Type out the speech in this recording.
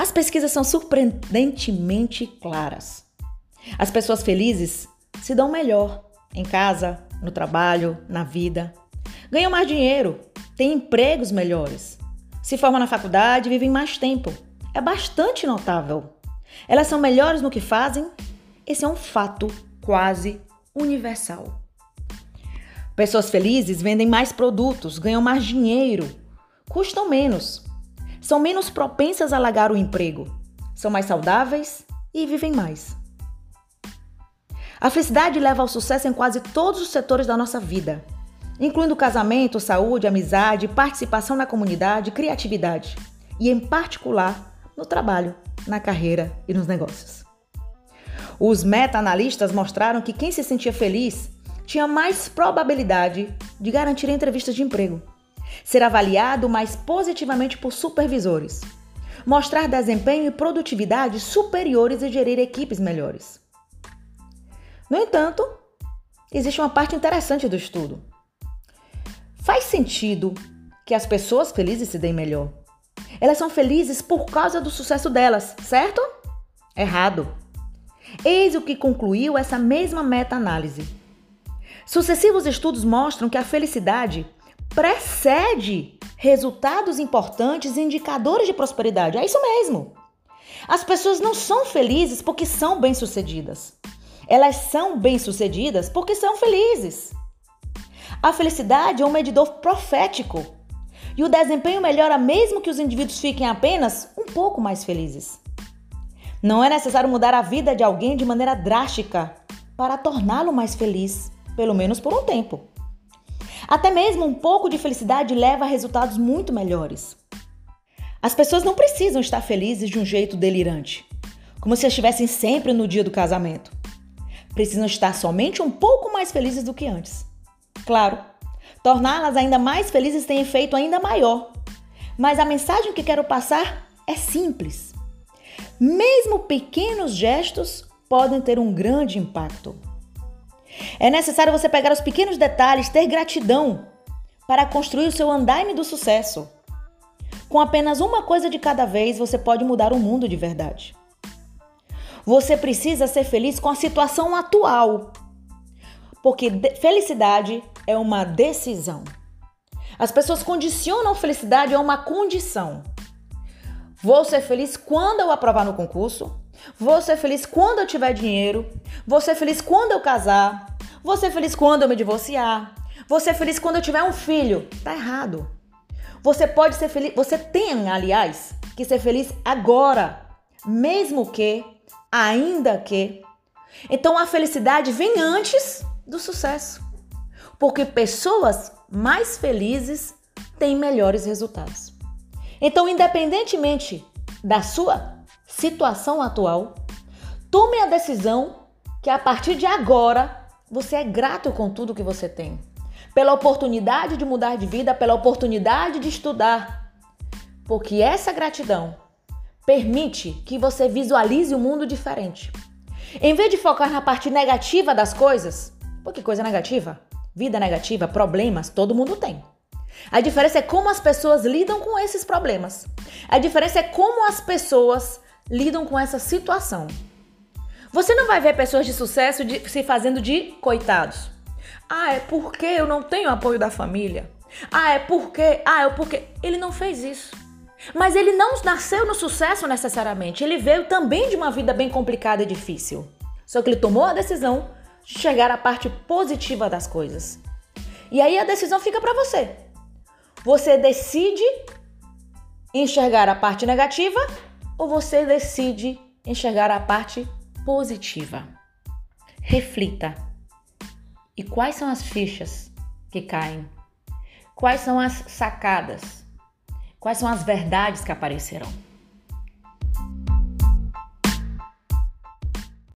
As pesquisas são surpreendentemente claras. As pessoas felizes se dão melhor em casa, no trabalho, na vida. Ganham mais dinheiro, têm empregos melhores. Se formam na faculdade e vivem mais tempo. É bastante notável. Elas são melhores no que fazem. Esse é um fato quase universal. Pessoas felizes vendem mais produtos, ganham mais dinheiro, custam menos, são menos propensas a largar o emprego, são mais saudáveis e vivem mais. A felicidade leva ao sucesso em quase todos os setores da nossa vida, incluindo casamento, saúde, amizade, participação na comunidade, criatividade e, em particular, no trabalho, na carreira e nos negócios. Os meta-analistas mostraram que quem se sentia feliz tinha mais probabilidade de garantir entrevistas de emprego, ser avaliado mais positivamente por supervisores, mostrar desempenho e produtividade superiores e gerir equipes melhores. No entanto, existe uma parte interessante do estudo. Faz sentido que as pessoas felizes se deem melhor. Elas são felizes por causa do sucesso delas, certo? Errado. Eis o que concluiu essa mesma meta-análise. Sucessivos estudos mostram que a felicidade precede resultados importantes e indicadores de prosperidade. É isso mesmo. As pessoas não são felizes porque são bem-sucedidas. Elas são bem-sucedidas porque são felizes. A felicidade é um medidor profético. E o desempenho melhora mesmo que os indivíduos fiquem apenas um pouco mais felizes. Não é necessário mudar a vida de alguém de maneira drástica para torná-lo mais feliz. Pelo menos por um tempo. Até mesmo um pouco de felicidade leva a resultados muito melhores. As pessoas não precisam estar felizes de um jeito delirante, como se estivessem sempre no dia do casamento. Precisam estar somente um pouco mais felizes do que antes. Claro, torná-las ainda mais felizes tem efeito ainda maior. Mas a mensagem que quero passar é simples. Mesmo pequenos gestos podem ter um grande impacto. É necessário você pegar os pequenos detalhes, ter gratidão para construir o seu andaime do sucesso. Com apenas uma coisa de cada vez, você pode mudar o mundo de verdade. Você precisa ser feliz com a situação atual, porque felicidade é uma decisão. As pessoas condicionam felicidade a uma condição. Vou ser feliz quando eu aprovar no concurso. Vou ser feliz quando eu tiver dinheiro. Vou ser feliz quando eu casar. Vou ser feliz quando eu me divorciar. Vou ser feliz quando eu tiver um filho. Tá errado. Você pode ser feliz. Você tem, aliás, que ser feliz agora. Mesmo que, ainda que. Então a felicidade vem antes do sucesso. Porque pessoas mais felizes têm melhores resultados. Então, independentemente da sua situação atual, tome a decisão que a partir de agora você é grato com tudo que você tem. Pela oportunidade de mudar de vida, pela oportunidade de estudar. Porque essa gratidão permite que você visualize um mundo diferente. Em vez de focar na parte negativa das coisas, porque coisa negativa, vida negativa, problemas, todo mundo tem. A diferença é como as pessoas lidam com esses problemas. A diferença é como as pessoas lidam com essa situação. Você não vai ver pessoas de sucesso se fazendo de coitados. É porque eu não tenho apoio da família. É porque... Ele não fez isso. Mas ele não nasceu no sucesso necessariamente. Ele veio também de uma vida bem complicada e difícil. Só que ele tomou a decisão de chegar à parte positiva das coisas. E aí a decisão fica para você. Você decide enxergar a parte negativa ou você decide enxergar a parte positiva? Reflita. E quais são as fichas que caem? Quais são as sacadas? Quais são as verdades que aparecerão?